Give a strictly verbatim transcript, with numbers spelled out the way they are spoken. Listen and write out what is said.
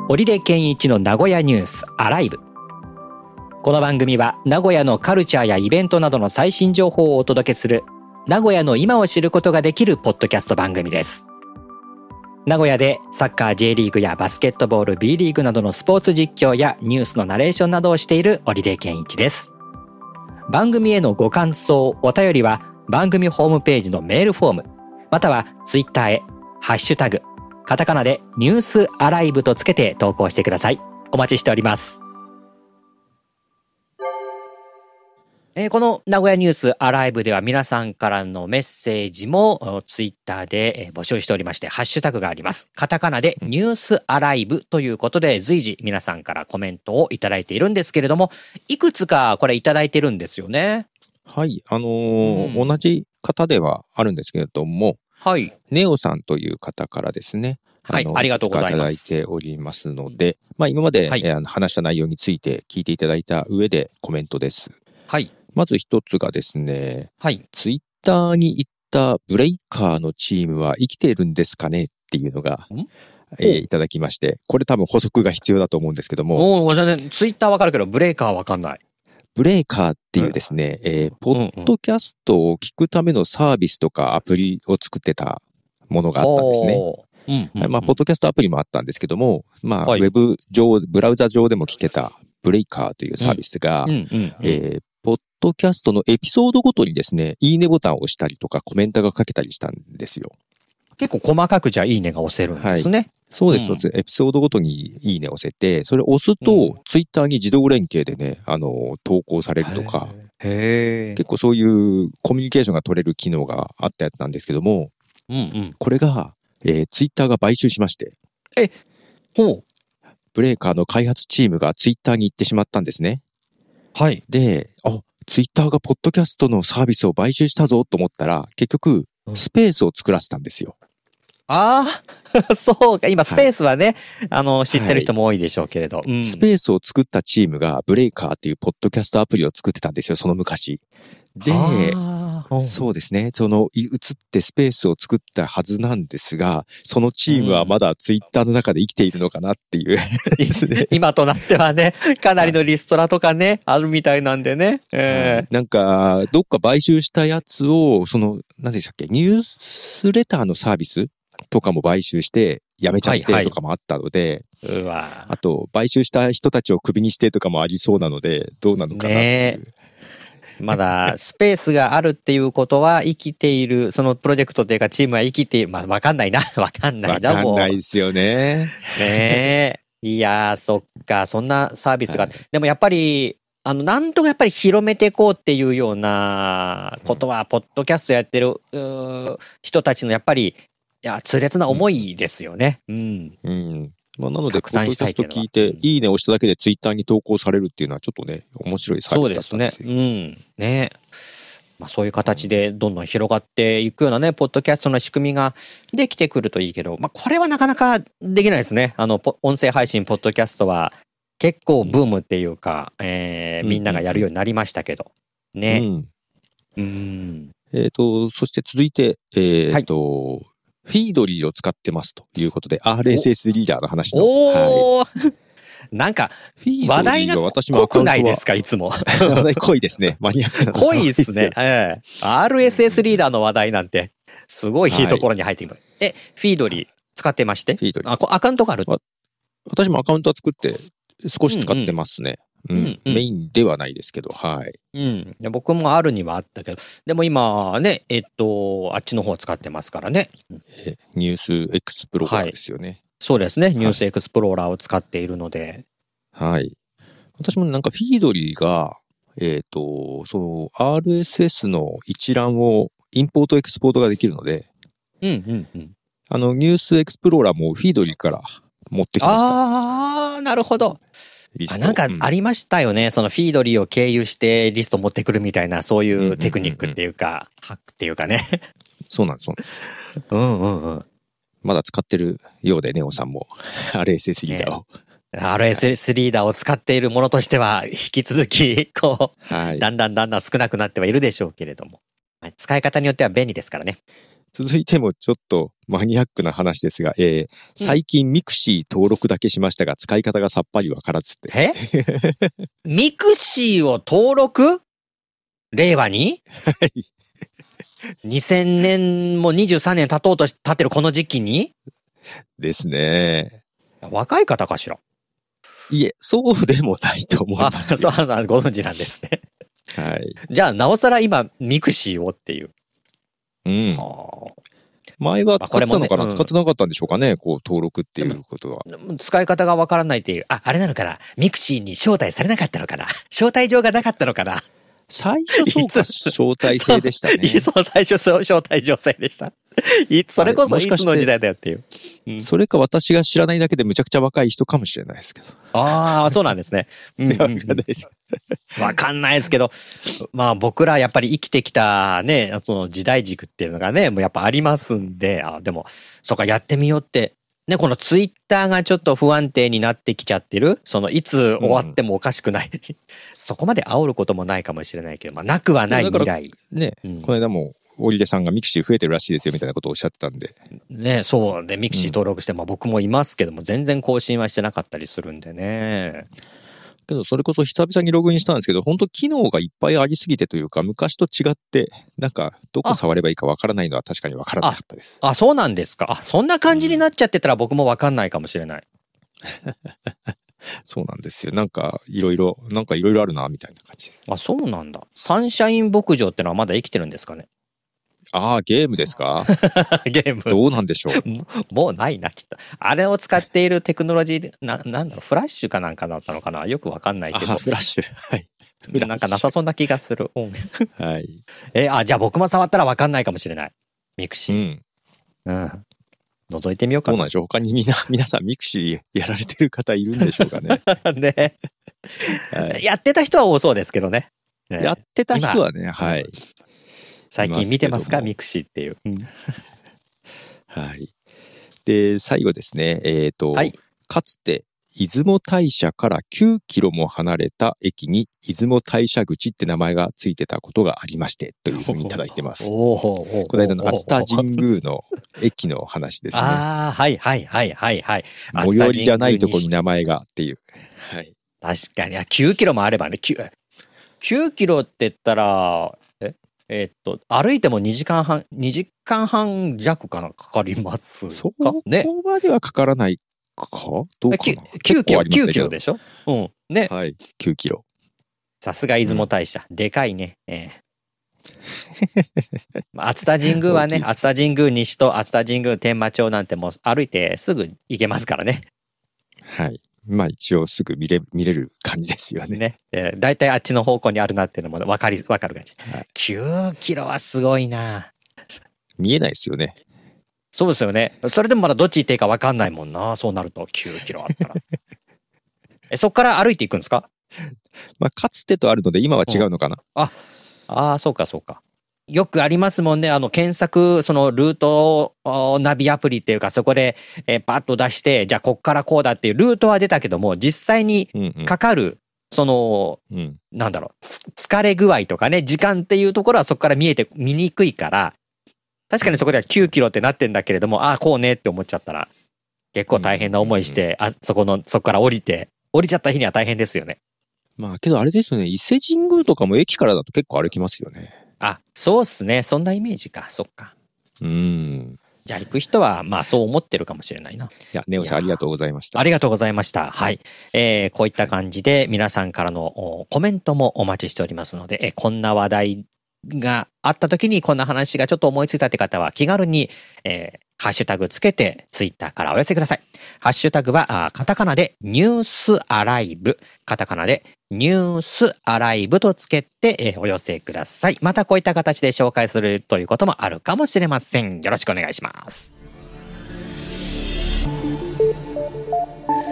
織出健一の名古屋ニュースアライブ。この番組は名古屋のカルチャーやイベントなどの最新情報をお届けする名古屋の今を知ることができるポッドキャスト番組です。名古屋でサッカー J リーグやバスケットボール B リーグなどのスポーツ実況やニュースのナレーションなどをしている織出健一です。番組へのご感想お便りは番組ホームページのメールフォームまたはツイッターへハッシュタグカタカナでニュースアライブとつけて投稿してください。お待ちしております。えー、この名古屋ニュースアライブでは皆さんからのメッセージもツイッターで募集しておりまして、ハッシュタグがあります。カタカナでニュースアライブということで随時皆さんからコメントをいただいているんですけれども、いくつかこれいただいてるんですよね。 はい、あのーうん、同じ方ではあるんですけれども、はい、ネオさんという方からですね、 はい、ありがとうございます。 いただいておりますので、まあ今まで、はい、えー、話した内容について聞いていただいた上でコメントです。はい。まず一つがですね、はい、ツイッターに行ったブレイカーのチームは生きているんですかねっていうのが、えー、いただきまして、これ多分補足が必要だと思うんですけども。 おー、ツイッターわかるけどブレイカーわかんない。 ブレイカーっていうですね、うん、えー、ポッドキャストを聞くためのサービスとかアプリを作ってたものがあったんですね。うんうんうん、まあ、ポッドキャストアプリもあったんですけども、まあ、はい、ウェブ上、ブラウザ上でも聞けたブレイカーというサービスが、えー、ポッドキャストのエピソードごとにですね、いいねボタンを押したりとかコメントが書けたりしたんですよ。 結構細かくじゃあいいねが押せるんですね。はい、 そうです、そうです、うん。エピソードごとにいいねを押せて、それを押すと、うん、ツイッターに自動連携でね、あの、投稿されるとか、へー、結構そういうコミュニケーションが取れる機能があったやつなんですけども、うんうん、これが、えー、ツイッターが買収しまして、 え、ほう。 ブレイカーの開発チームがツイッターに行ってしまったんですね。はい。で、あ、ツイッターがポッドキャストのサービスを買収したぞと思ったら、結局、スペースを作らせたんですよ。 ああ、そうか。今、スペースはね、はい、あの、知ってる人も多いでしょうけれど、はい、 うん。スペースを作ったチームが、ブレイカーっていうポッドキャストアプリを作ってたんですよ、その昔。で、そうですね。その、移ってスペースを作ったはずなんですが、そのチームはまだツイッターの中で生きているのかなっていう、 うん、今となってはね、かなりのリストラとかね、あるみたいなんでね。えー、 なんか、どっか買収したやつを、その、何でしたっけ、ニュースレターのサービスとかも買収してやめちゃってとかもあったので、はいはい、うわあと買収した人たちをクビにしてとかもありそうなのでどうなのかなっていう、ね、 まだスペースがあるっていうことは生きている、そのプロジェクトっていうかチームは生きている、まあ分かんないな分かんないな分かんないですよね。 ねえいやーそっか、そんなサービスが、はい、でもやっぱりあのなんとかやっぱり広めていこうっていうようなことは、うん、ポッドキャストやってる人たちのやっぱりいや痛烈な思いですよね。うん。 うん。まあ、なので、ポッドキャスト聞いて、いいねを押しただけでツイッターに投稿されるっていうのはちょっとね、面白いサービスだったんですよ。 そうですね。うん。ね。まあ、そういう形でどんどん広がっていくようなね、ポッドキャストの仕組みができてくるといいけど、まあ、これはなかなかできないですね。あの、音声配信、ポッドキャストは結構ブームっていうか、うん、えー、みんながやるようになりましたけど。ね。うん。 うん、えっと、そして続いて、えっと、はい、フィードリーを使ってますということで アールエスエス リーダーの話の。 おー、はい、なんか話題が濃くないですかいつも。 話題濃いですね。マニアックな。 濃いですね。ええ、アールエスエス リーダーの話題なんてすごいいいところに入ってきます。はい、え、フィードリー使ってまして？フィードリー。あ、アカウントがある？ 私もアカウントは作って少し使ってますね。うんうんうんうん、メインではないですけど、はい。 うん。僕もあるにはあったけど、でも今ね、えっと、あっちの方使ってますからね。 えニュースエクスプローラーですよね。はい、 そうですね。ニュースエクスプローラーを使っているので。 はい。私もなんかフィードリーが、えっと、その アールエスエス の一覧をインポートエクスポートができるので、うんうんうん。あの、ニュースエクスプローラーもフィードリーから持ってきました。 ああ、なるほど。あ、なんかありましたよね、うん、そのフィードリーを経由してリスト持ってくるみたいな、そういうテクニックっていうか、うんうんうん、ハックっていうかね。 そうなんです、そうなんです。 うんうんうん。まだ使ってるようで、ネオさんも アールエスエス リーダーを、 ね、アールエスエス リーダーを使っているものとしては、引き続き、こう、はい、だんだんだんだん少なくなってはいるでしょうけれども、使い方によっては便利ですからね。 続いてもちょっとマニアックな話ですが、えー、最近ミクシー登録だけしましたが、使い方がさっぱりわからずです。 えミクシーを登録？令和に？ はい。 にせんねんもにじゅうさんねん経とうと経ってるこの時期に？ ですね。 若い方かしら？ いえ、そうでもないと思いますよ。 あ、そう、ご存知なんですね。 はい。 じゃあ、なおさら今、ミクシーをっていう。 うん。前は使ってたのかな、まあねうん、使ってなかったんでしょうかね、こう、登録っていうことは。 使い方がわからないっていう。あ、あれなのかな、ミクシーに招待されなかったのかな、招待状がなかったのかな。 最初そうか、招待制でしたね。 そう、最初そう、招待状制でした。それこそいつの時代だよっていう。 うん、それか私が知らないだけでむちゃくちゃ若い人かもしれないですけど。 ああ、そうなんですね。 わ、うん、かんないです。 わかんないですけど、まあ僕らやっぱり生きてきたね、その時代軸っていうのがね、もうやっぱありますんで、あ、でも、そうか、やってみようって。ね、このツイッターがちょっと不安定になってきちゃってる、そのいつ終わってもおかしくない、うん、そこまで煽ることもないかもしれないけど、まあなくはない未来。 ね、うん、この間も織出さんがミクシー増えてるらしいですよみたいなことをおっしゃってたんで。 ね、そうでミクシー登録して、うん、まあ僕もいますけども全然更新はしてなかったりするんでね。 けどそれこそ久々にログインしたんですけど、本当機能がいっぱいありすぎてというか、昔と違ってなんかどこ触ればいいかわからないのは確かにわからなかったです。 ああ、そうなんですか。あ、そんな感じになっちゃってたら僕もわかんないかもしれない。 そうなんですよ。なんかいろいろなんかいろいろあるなみたいな感じです。 あ、そうなんだ。サンシャイン牧場ってのはまだ生きてるんですかね。 ああ、ゲームですか？ ゲーム。 どうなんでしょう。 も, もうないな、きっと。あれを使っているテクノロジーで、な、なんだろう、フラッシュかなんかだったのかな、よくわかんないけど。 あ、フラッシュ。はい。 なんかなさそうな気がする。うん、 はい。 え、あ、じゃあ僕も触ったらわかんないかもしれない。ミクシー。うん。うん。覗いてみようかな。 どうなんでしょう。他にみな、皆さんミクシーやられてる方いるんでしょうかね。 ね、はい。やってた人は多そうですけどね。 ね、やってた人はね、はい。 最近見てますかミクシーっていう、うん、 はい。で最後ですね、えっと、はい、かつて出雲大社からきゅうキロも離れた駅に出雲大社口って名前がついてたことがありましてというふうにいただいてます。この間の熱田神宮の駅の話ですね。 ああ、はいはいはいはいはい。 最寄りじゃないとこに名前がっていう。はい。 確かにきゅうキロもあればね、きゅうキロって言ったら。えー、っと歩いてもにじかんはんにじかんはん弱かなかかりますかね。 そこまではかからないかどうかな。 きゅうキロ、きゅうキロでしょ。うんね。 はい、きゅうキロ。 さすが出雲大社、うん、でかいね。えー、熱田神宮はね、熱田神宮西と熱田神宮天満町なんてもう歩いてすぐ行けますからね。 はい。まあ一応すぐ見れ、見れる感じですよね。 ね。えー、だいたいあっちの方向にあるなっていうのも分かり、分かる感じ。はい、きゅうキロはすごいな。 見えないですよね。 そうですよね。それでもまだどっち行っていいか分かんないもんな。そうなるときゅうキロあったら。え、そっから歩いていくんですか？ まあかつてとあるので今は違うのかな。 うん、あ、ああ、そうかそうか。よくありますもんね。あの、検索、そのルートナビアプリっていうか、そこで、えー、パッと出して、じゃあ、こっからこうだっていうルートは出たけども、実際にかかる、うんうん、その、うん、なんだろう、疲れ具合とかね、時間っていうところはそこから見えて、見にくいから、確かにそこではきゅうキロってなってんだけれども、ああ、こうねって思っちゃったら、結構大変な思いして、あ、そこの、そこから降りて、降りちゃった日には大変ですよね。 まあ、けどあれですよね、伊勢神宮とかも駅からだと結構歩きますよね。 あ、そうっすね。そんなイメージか。そっか。 うん。 じゃあ行く人は、まあそう思ってるかもしれないな。いや、ネオさんありがとうございました。 ありがとうございました。はい。えー、こういった感じで皆さんからのコメントもお待ちしておりますので、えこんな話題があった時にこんな話がちょっと思いついたって方は気軽に、えー、ハッシュタグつけてツイッターからお寄せください。ハッシュタグはカタカナでニュースアライブ、カタカナでニュースアライブとつけて、えー、お寄せください。またこういった形で紹介するということもあるかもしれません。よろしくお願いします。